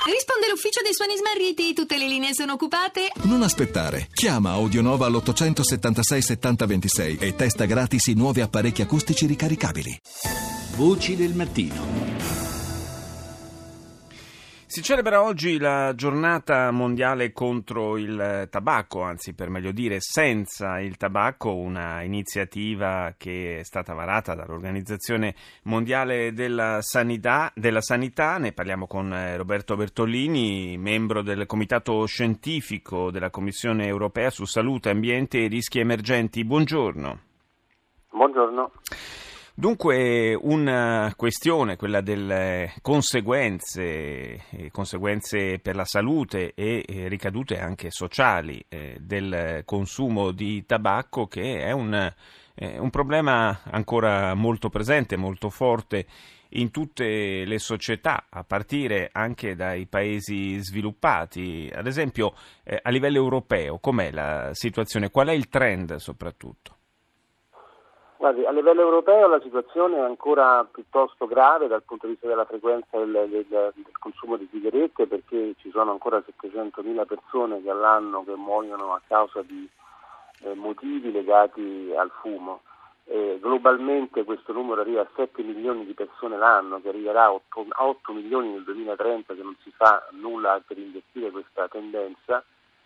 Risponde l'ufficio dei suoni smarriti, tutte le linee sono occupate. Non aspettare, chiama Audionova all'876 70 26 e testa gratis i nuovi apparecchi acustici ricaricabili. Voci del mattino. Si celebra oggi la giornata mondiale contro il tabacco, anzi per meglio dire senza il tabacco, una iniziativa che è stata varata dall'Organizzazione Mondiale della Sanità. Ne parliamo con Roberto Bertolini, membro del Comitato Scientifico della Commissione Europea su Salute, Ambiente e Rischi Emergenti. Buongiorno. Buongiorno. Dunque una questione, quella delle conseguenze per la salute e ricadute anche sociali del consumo di tabacco, che è un problema ancora molto presente, molto forte in tutte le società, a partire anche dai paesi sviluppati. Ad esempio, a livello europeo, com'è la situazione? Qual è il trend soprattutto? Guardi, a livello europeo la situazione è ancora piuttosto grave dal punto di vista della frequenza del consumo di sigarette, perché ci sono ancora 700.000 persone che all'anno che muoiono a causa di motivi legati al fumo. Globalmente questo numero arriva a 7 milioni di persone l'anno, che arriverà a 8 milioni nel 2030, se non si fa nulla per invertire questa tendenza.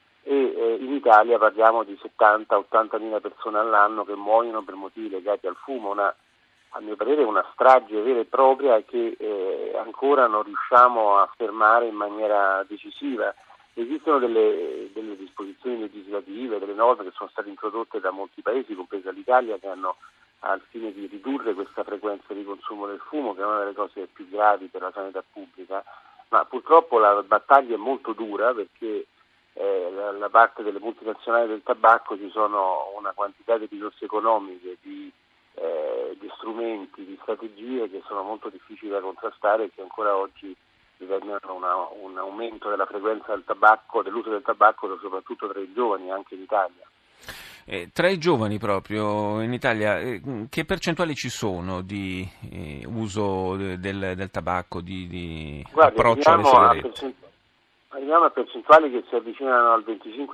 E in Italia parliamo di 70-80 mila persone all'anno che muoiono per motivi legati al fumo, a mio parere una strage vera e propria che ancora non riusciamo a fermare in maniera decisiva. Esistono delle disposizioni legislative, delle norme che sono state introdotte da molti paesi, compresa l'Italia, che hanno al fine di ridurre questa frequenza di consumo del fumo, che è una delle cose più gravi per la sanità pubblica, ma purtroppo la battaglia è molto dura, perché la parte delle multinazionali del tabacco ci sono una quantità di risorse economiche, di strumenti, di strategie che sono molto difficili da contrastare e che ancora oggi determinano un aumento della frequenza del tabacco, dell'uso del tabacco, soprattutto tra i giovani, anche in Italia. Tra i giovani proprio in Italia, che percentuali ci sono di uso del tabacco, di approccio alle sigarette? Arriviamo a percentuali che si avvicinano al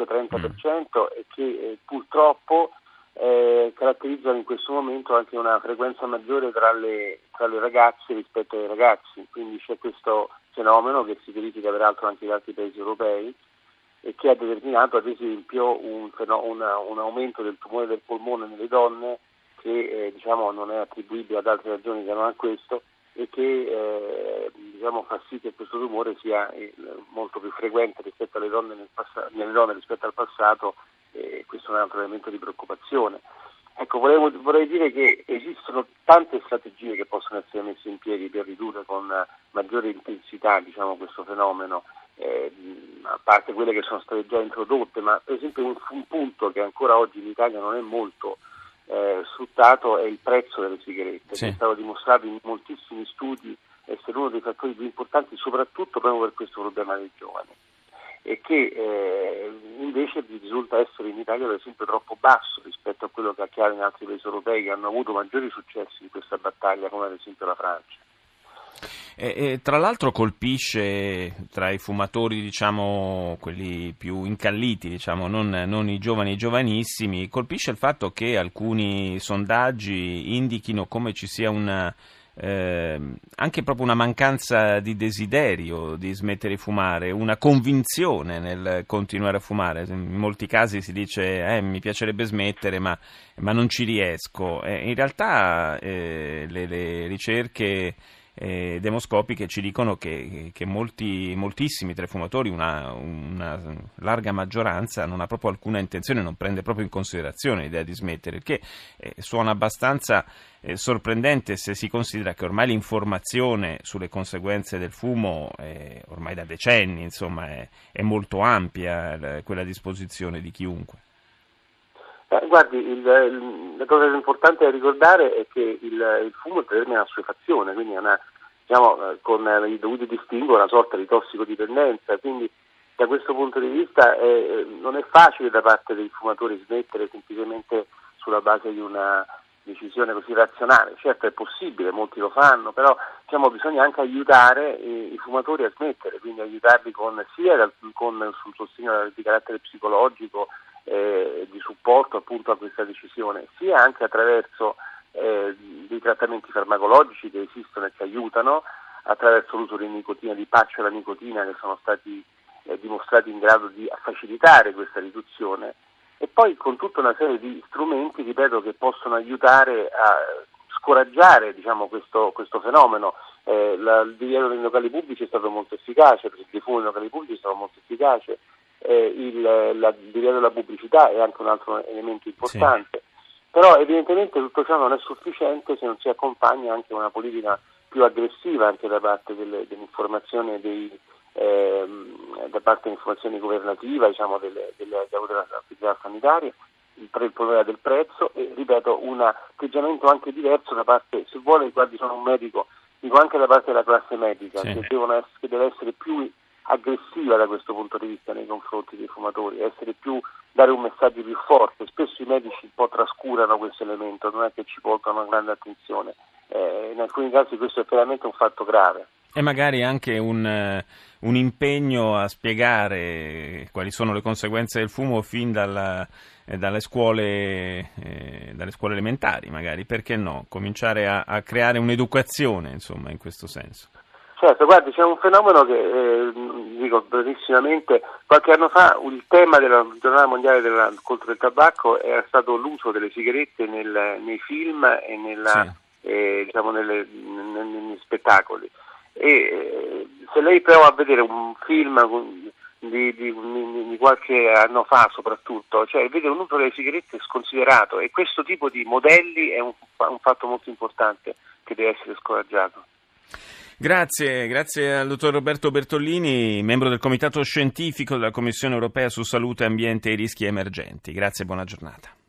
25-30% e che purtroppo caratterizzano in questo momento anche una frequenza maggiore tra le ragazze rispetto ai ragazzi. Quindi c'è questo fenomeno che si verifica peraltro anche in altri paesi europei e che ha determinato ad esempio un aumento del tumore del polmone nelle donne che non è attribuibile ad altre ragioni che non a questo, e che fa sì che questo tumore sia molto più frequente rispetto alle donne nelle donne rispetto al passato, e questo è un altro elemento di preoccupazione. Ecco, vorrei dire che esistono tante strategie che possono essere messe in piedi per ridurre con maggiore intensità questo fenomeno, a parte quelle che sono state già introdotte, ma per esempio un punto che ancora oggi in Italia non è molto sfruttato è il prezzo delle sigarette, sì, che è stato dimostrato in moltissimi studi essere uno dei fattori più importanti, soprattutto proprio per questo problema dei giovani, e che invece risulta essere in Italia per esempio troppo basso rispetto a quello che accade in altri paesi europei che hanno avuto maggiori successi in questa battaglia, come ad esempio la Francia. Tra l'altro colpisce tra i fumatori, quelli più incalliti, non i giovani, i giovanissimi, colpisce il fatto che alcuni sondaggi indichino come ci sia anche proprio una mancanza di desiderio di smettere di fumare, una convinzione nel continuare a fumare. In molti casi si dice mi piacerebbe smettere ma non ci riesco. In realtà le ricerche demoscopiche ci dicono che moltissimi tra i fumatori, una larga maggioranza, non ha proprio alcuna intenzione, non prende proprio in considerazione l'idea di smettere, il che suona abbastanza sorprendente se si considera che ormai l'informazione sulle conseguenze del fumo ormai da decenni è molto ampia, quella a disposizione di chiunque. Guardi, la cosa importante da ricordare è che il fumo determina assuefazione, quindi è con i dovuti distinguo una sorta di tossicodipendenza, quindi da questo punto di vista non è facile da parte dei fumatori smettere semplicemente sulla base di decisione così razionale. Certo è possibile, molti lo fanno, però bisogna anche aiutare i fumatori a smettere, quindi aiutarli con sul sostegno di carattere psicologico, di supporto appunto a questa decisione, sia anche attraverso dei trattamenti farmacologici che esistono e che aiutano, attraverso l'uso di nicotina, di patch alla nicotina, che sono stati dimostrati in grado di facilitare questa riduzione, e poi con tutta una serie di strumenti, ripeto, che possono aiutare a scoraggiare questo fenomeno. Il divieto nei locali pubblici è stato molto efficace, perché il defumo nei locali pubblici è stato molto efficace, il divieto della pubblicità è anche un altro elemento importante, sì. Però evidentemente tutto ciò non è sufficiente se non si accompagna anche una politica più aggressiva anche da parte dell'informazione da parte dell'informazione governativa, dell'autorità sanitaria, il problema del prezzo e, ripeto, un atteggiamento anche diverso da parte, se vuole, guardi, sono un medico, dico anche da parte della classe medica, sì, che deve essere più aggressiva da questo punto di vista nei confronti dei fumatori, dare un messaggio più forte. Spesso i medici un po' trascurano questo elemento, non è che ci portano grande attenzione, in alcuni casi questo è veramente un fatto grave. E magari anche un impegno a spiegare quali sono le conseguenze del fumo fin dalle scuole elementari, magari, perché no? Cominciare a creare un'educazione, insomma, in questo senso. Certo, guardi, c'è un fenomeno che, dico brevissimamente, qualche anno fa il tema della giornata mondiale contro il tabacco era stato l'uso delle sigarette nei film e negli spettacoli. E se lei prova a vedere un film di qualche anno fa soprattutto, cioè vede un uso delle sigarette sconsiderato, e questo tipo di modelli è un fatto molto importante che deve essere scoraggiato. Grazie al dottor Roberto Bertollini, membro del Comitato Scientifico della Commissione Europea su Salute, Ambiente e Rischi Emergenti. Grazie e buona giornata.